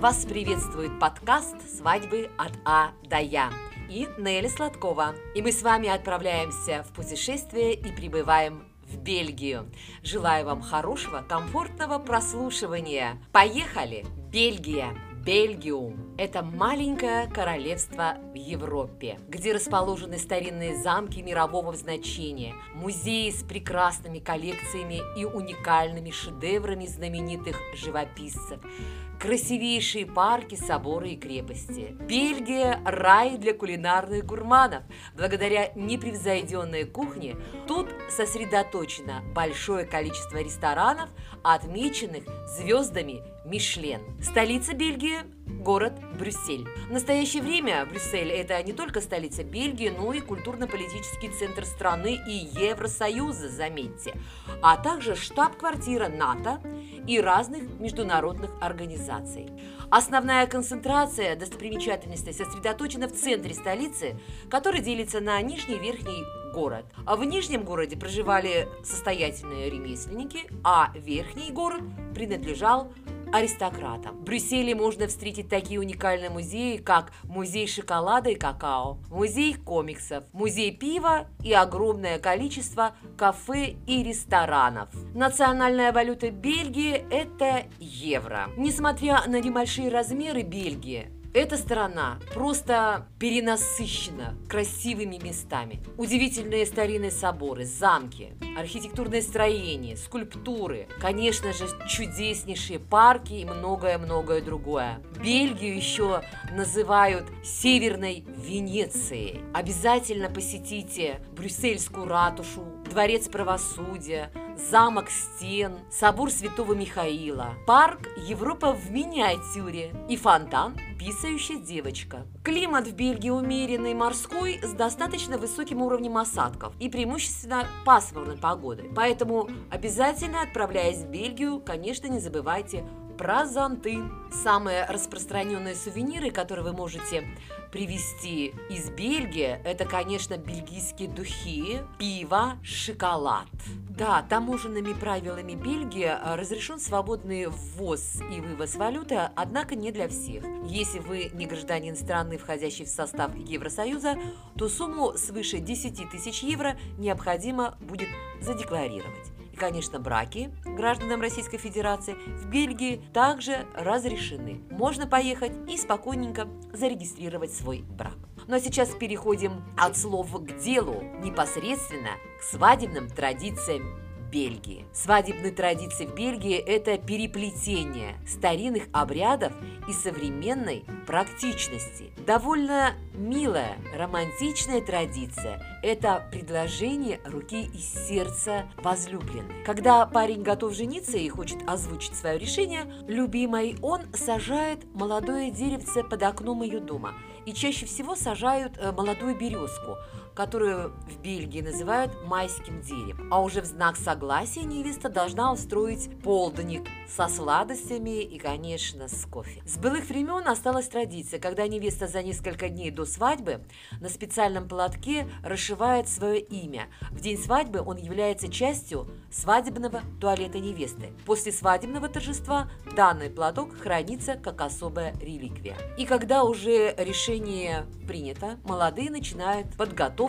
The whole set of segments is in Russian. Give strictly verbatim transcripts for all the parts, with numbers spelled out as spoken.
Вас приветствует подкаст «Свадьбы от А до Я» и Нелли Сладкова. И мы с вами отправляемся в путешествие и прибываем в Бельгию. Желаю вам хорошего, комфортного прослушивания. Поехали! Бельгия. Бельгиум – это маленькое королевство в Европе, где расположены старинные замки мирового значения, музеи с прекрасными коллекциями и уникальными шедеврами знаменитых живописцев, красивейшие парки, соборы и крепости. Бельгия – рай для кулинарных гурманов. Благодаря непревзойденной кухне тут сосредоточено большое количество ресторанов, отмеченных звездами Мишлен. Столица Бельгии – город Брюссель. В настоящее время Брюссель – это не только столица Бельгии, но и культурно-политический центр страны и Евросоюза, заметьте, а также штаб-квартира НАТО и разных международных организаций. Основная концентрация достопримечательностей сосредоточена в центре столицы, который делится на Нижний и Верхний город. А в Нижнем городе проживали состоятельные ремесленники, а Верхний город принадлежал аристократам. В Брюсселе можно встретить такие уникальные музеи, как музей шоколада и какао, музей комиксов, музей пива и огромное количество кафе и ресторанов. Национальная валюта Бельгии – это евро. Несмотря на небольшие размеры Бельгии, эта страна просто перенасыщена красивыми местами. Удивительные старинные соборы, замки, архитектурные строения, скульптуры, конечно же, чудеснейшие парки и многое-многое другое. Бельгию еще называют Северной Венецией. Обязательно посетите Брюссельскую ратушу, Дворец правосудия, замок Стен, собор Святого Михаила, парк Европа в миниатюре и фонтан «Писающая девочка». Климат в Бельгии умеренный морской с достаточно высоким уровнем осадков и преимущественно пасмурной погодой. Поэтому обязательно, отправляясь в Бельгию, конечно, не забывайте про зонты. Самые распространенные сувениры, которые вы можете привезти из Бельгии, это, конечно, бельгийские духи, пиво, шоколад. Да, таможенными правилами Бельгии разрешен свободный ввоз и вывоз валюты, однако не для всех. Если вы не гражданин страны, входящей в состав Евросоюза, то сумму свыше десять тысяч евро необходимо будет задекларировать. И, конечно, браки гражданам Российской Федерации в Бельгии также разрешены. Можно поехать и спокойненько зарегистрировать свой брак. Ну а сейчас переходим от слов к делу, непосредственно к свадебным традициям Бельгии. Свадебные традиции в Бельгии – это переплетение старинных обрядов и современной практичности. Довольно милая, романтичная традиция – это предложение руки и сердца возлюбленной. Когда парень готов жениться и хочет озвучить свое решение, любимой он сажает молодое деревце под окном ее дома. И чаще всего сажают молодую березку, которую в Бельгии называют майским деревом. А уже в знак согласия невеста должна устроить полдник со сладостями и, конечно, с кофе. С былых времен осталась традиция, когда невеста за несколько дней до свадьбы на специальном платке расшивает свое имя. В день свадьбы он является частью свадебного туалета невесты. После свадебного торжества данный платок хранится как особая реликвия. И когда уже решение принято, молодые начинают подготовку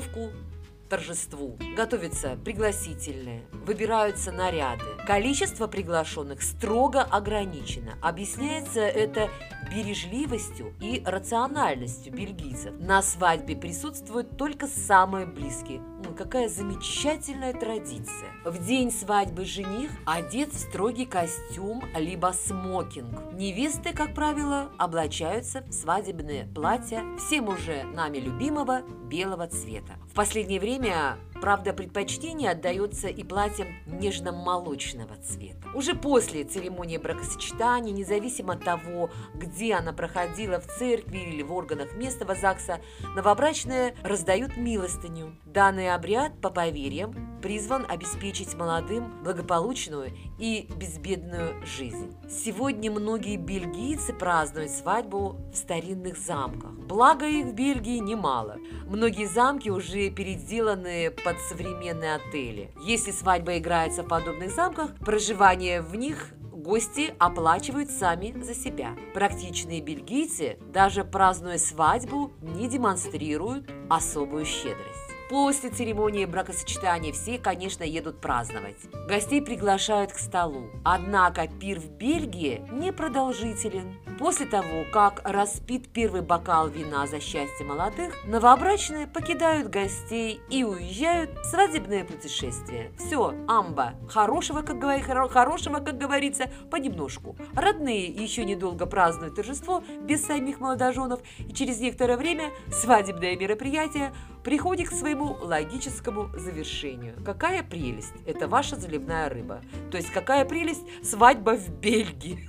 к торжеству. Готовятся пригласительные, выбираются наряды. Количество приглашенных строго ограничено. Объясняется это бережливостью и рациональностью бельгийцев. На свадьбе присутствуют только самые близкие. Ну, какая замечательная традиция. В день свадьбы жених одет в строгий костюм либо смокинг. Невесты, как правило, облачаются в свадебные платья, всем уже нами любимого белого цвета. В последнее время, правда, предпочтение отдается и платьям нежно-молочного цвета. Уже после церемонии бракосочетания, независимо от того, где она проходила, в церкви или в органах местного ЗАГСа, новобрачные раздают милостыню. Данный обряд, по поверьям, призван обеспечить молодым благополучную и безбедную жизнь. Сегодня многие бельгийцы празднуют свадьбу в старинных замках. Благо их в Бельгии немало. Многие замки уже переделаны под современные отели. Если свадьба играется в подобных замках, проживание в них гости оплачивают сами за себя. Практичные бельгийцы, даже празднуя свадьбу, не демонстрируют особую щедрость. После церемонии бракосочетания все, конечно, едут праздновать. Гостей приглашают к столу. Однако пир в Бельгии непродолжителен. После того, как распит первый бокал вина за счастье молодых, новобрачные покидают гостей и уезжают в свадебное путешествие. Все, амба. Хорошего, как, говор... Хорошего, как говорится, понемножку. Родные еще недолго празднуют торжество без самих молодоженов, и через некоторое время свадебное мероприятие приходит к своему логическому завершению. Какая прелесть! Это ваша заливная рыба. То есть какая прелесть! Свадьба в Бельгии.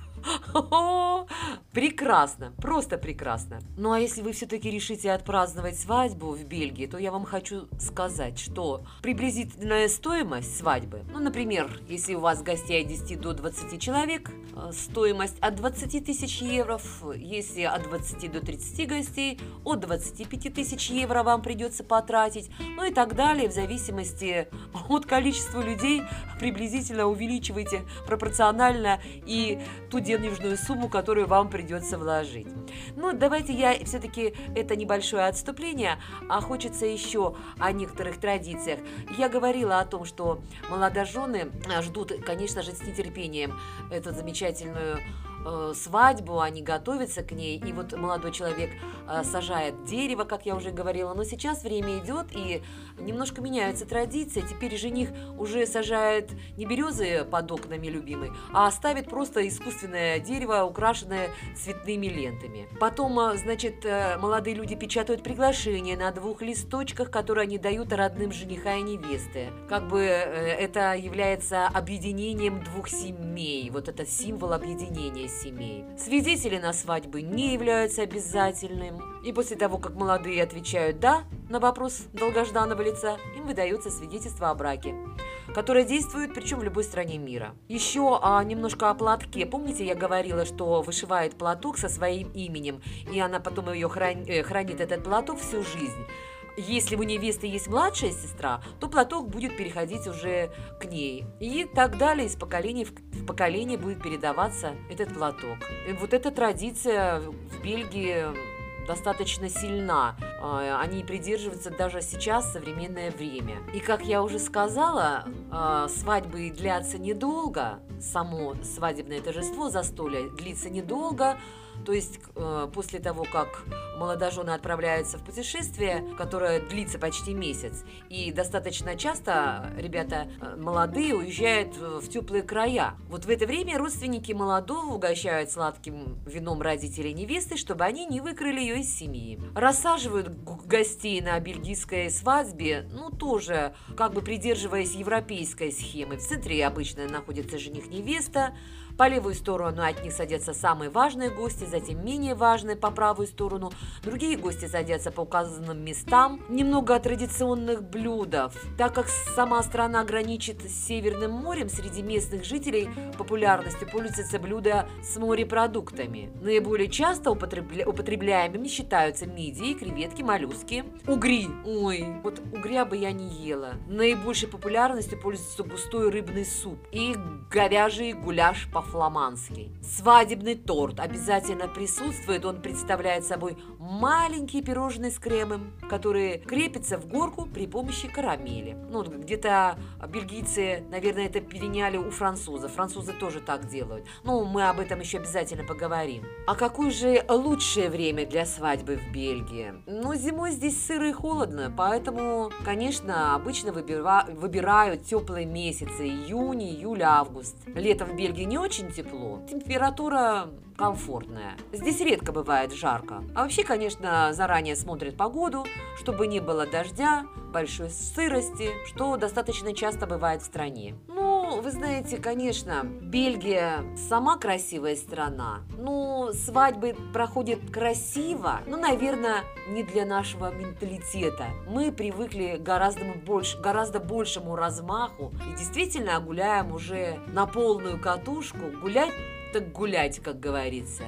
Прекрасно, просто прекрасно. Ну а если вы все-таки решите отпраздновать свадьбу в Бельгии, то я вам хочу сказать, что приблизительная стоимость свадьбы, ну, например, если у вас гостей от десяти до двадцати человек, стоимость от двадцати тысяч евро, если от двадцати до тридцати гостей, от двадцати пяти тысяч евро вам придется потратить, ну и так далее, в зависимости от количества людей, приблизительно увеличивайте пропорционально и ту денежную сумму, которую вам придется вложить. Ну, давайте я все-таки, это небольшое отступление, а хочется еще о некоторых традициях. Я говорила о том, что молодожены ждут, конечно же, с нетерпением эту замечательную э, свадьбу, они готовятся к ней, и вот молодой человек э, сажает дерево, как я уже говорила, но сейчас время идет, и немножко меняются традиции. Теперь жених уже сажает не березы под окнами любимой, а ставит просто искусственное дерево, украшенное цветными лентами. Потом, значит, молодые люди печатают приглашение на двух листочках, которые они дают родным жениха и невесты. Как бы это является объединением двух семей. Вот это символ объединения семей. Свидетели на свадьбе не являются обязательным. И после того, как молодые отвечают «да» на вопрос долгожданного лица, им выдается свидетельство о браке, которое действует, причем в любой стране мира. Еще а, немножко о платке. Помните, я говорила, что вышивает платок со своим именем, и она потом ее храни, хранит, этот платок, всю жизнь. Если у невесты есть младшая сестра, то платок будет переходить уже к ней. И так далее, из поколения в поколение будет передаваться этот платок. И вот эта традиция в Бельгии достаточно сильна. Они придерживаются даже сейчас, в современное время. И, как я уже сказала, свадьбы длятся недолго. Само свадебное торжество, застолье длится недолго. То есть после того, как молодожены отправляются в путешествие, которое длится почти месяц, и достаточно часто ребята молодые уезжают в теплые края. Вот в это время родственники молодого угощают сладким вином родителей невесты, чтобы они не выкрали ее из семьи. Рассаживают гостей на бельгийской свадьбе, ну тоже как бы придерживаясь европейской схемы. В центре обычно находится жених-невеста. По левую сторону от них садятся самые важные гости, затем менее важные по правую сторону. Другие гости садятся по указанным местам. Немного о традиционных блюдах. Так как сама страна граничит с Северным морем, среди местных жителей популярностью пользуются блюда с морепродуктами. Наиболее часто употребля... употребляемыми считаются мидии, креветки, моллюски. Угри. Ой, вот угря бы я не ела. Наибольшей популярностью пользуется густой рыбный суп и говяжий гуляш по фламандский. Свадебный торт обязательно присутствует. Он представляет собой маленькие пирожные с кремом, которые крепятся в горку при помощи карамели. Ну, где-то бельгийцы, наверное, это переняли у французов. Французы тоже так делают. Ну, мы об этом еще обязательно поговорим. А какое же лучшее время для свадьбы в Бельгии? Ну, зимой здесь сыро и холодно, поэтому, конечно, обычно выбира... выбирают теплые месяцы: июнь, июль, август. Летом в Бельгии не очень тепло, температура комфортная. Здесь редко бывает жарко. А вообще, конечно, заранее смотрят погоду, чтобы не было дождя, большой сырости, что достаточно часто бывает в стране. Ну, вы знаете, конечно, Бельгия сама красивая страна. Ну, свадьбы проходят красиво, но, наверное, не для нашего менталитета. Мы привыкли к гораздо, больше, гораздо большему размаху и действительно гуляем уже на полную катушку. Гулять так гулять, как говорится.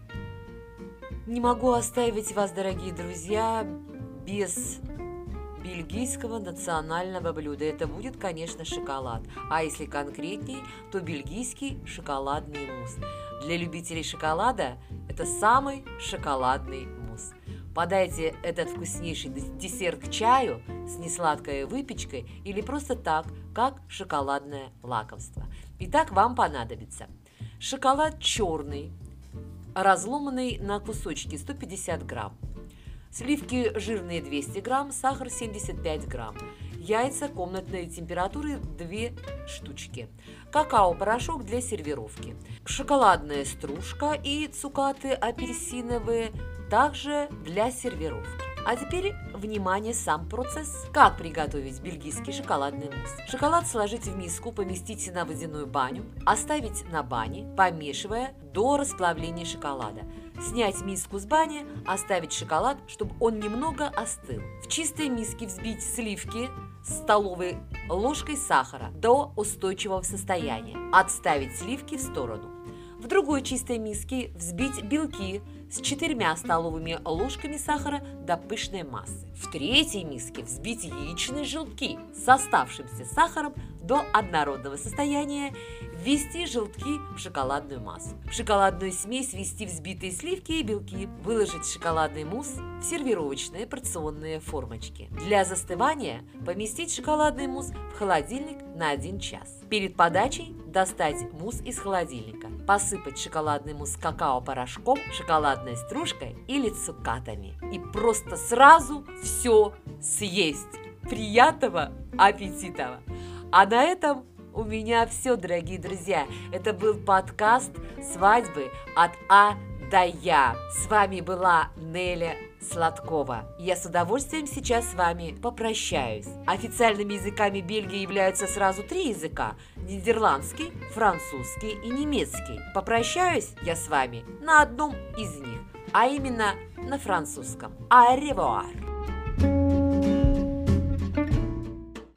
Не могу оставить вас, дорогие друзья, без бельгийского национального блюда. Это будет, конечно, шоколад. А если конкретней, то бельгийский шоколадный мусс. Для любителей шоколада это самый шоколадный мусс. Подайте этот вкуснейший десерт к чаю с несладкой выпечкой или просто так, как шоколадное лакомство. Итак, вам понадобится шоколад черный, разломанный на кусочки, сто пятьдесят грамм, сливки жирные двести грамм, сахар семьдесят пять грамм, яйца комнатной температуры две штучки, какао-порошок для сервировки, шоколадная стружка и цукаты апельсиновые также для сервировки. А теперь, внимание, сам процесс. Как приготовить бельгийский шоколадный мусс? Шоколад сложить в миску, поместите на водяную баню, оставить на бане, помешивая до расплавления шоколада. Снять миску с бани, оставить шоколад, чтобы он немного остыл. В чистой миске взбить сливки столовой ложкой сахара до устойчивого состояния. Отставить сливки в сторону. В другой чистой миске взбить белки с четырьмя столовыми ложками сахара до пышной массы. В третьей миске взбить яичные желтки с оставшимся сахаром до однородного состояния, ввести желтки в шоколадную массу. В шоколадную смесь ввести взбитые сливки и белки, выложить шоколадный мусс в сервировочные порционные формочки. Для застывания поместить шоколадный мусс в холодильник на один час. Перед подачей достать мусс из холодильника, посыпать шоколадный мусс какао-порошком, шоколадной стружкой или цукатами и просто сразу все съесть. Приятного аппетита! А на этом у меня все, дорогие друзья. Это был подкаст «Свадьбы от А до Я». С вами была Неля Сладкова. Я с удовольствием сейчас с вами попрощаюсь. Официальными языками Бельгии являются сразу три языка – нидерландский, французский и немецкий. Попрощаюсь я с вами на одном из них, а именно на французском. Au revoir!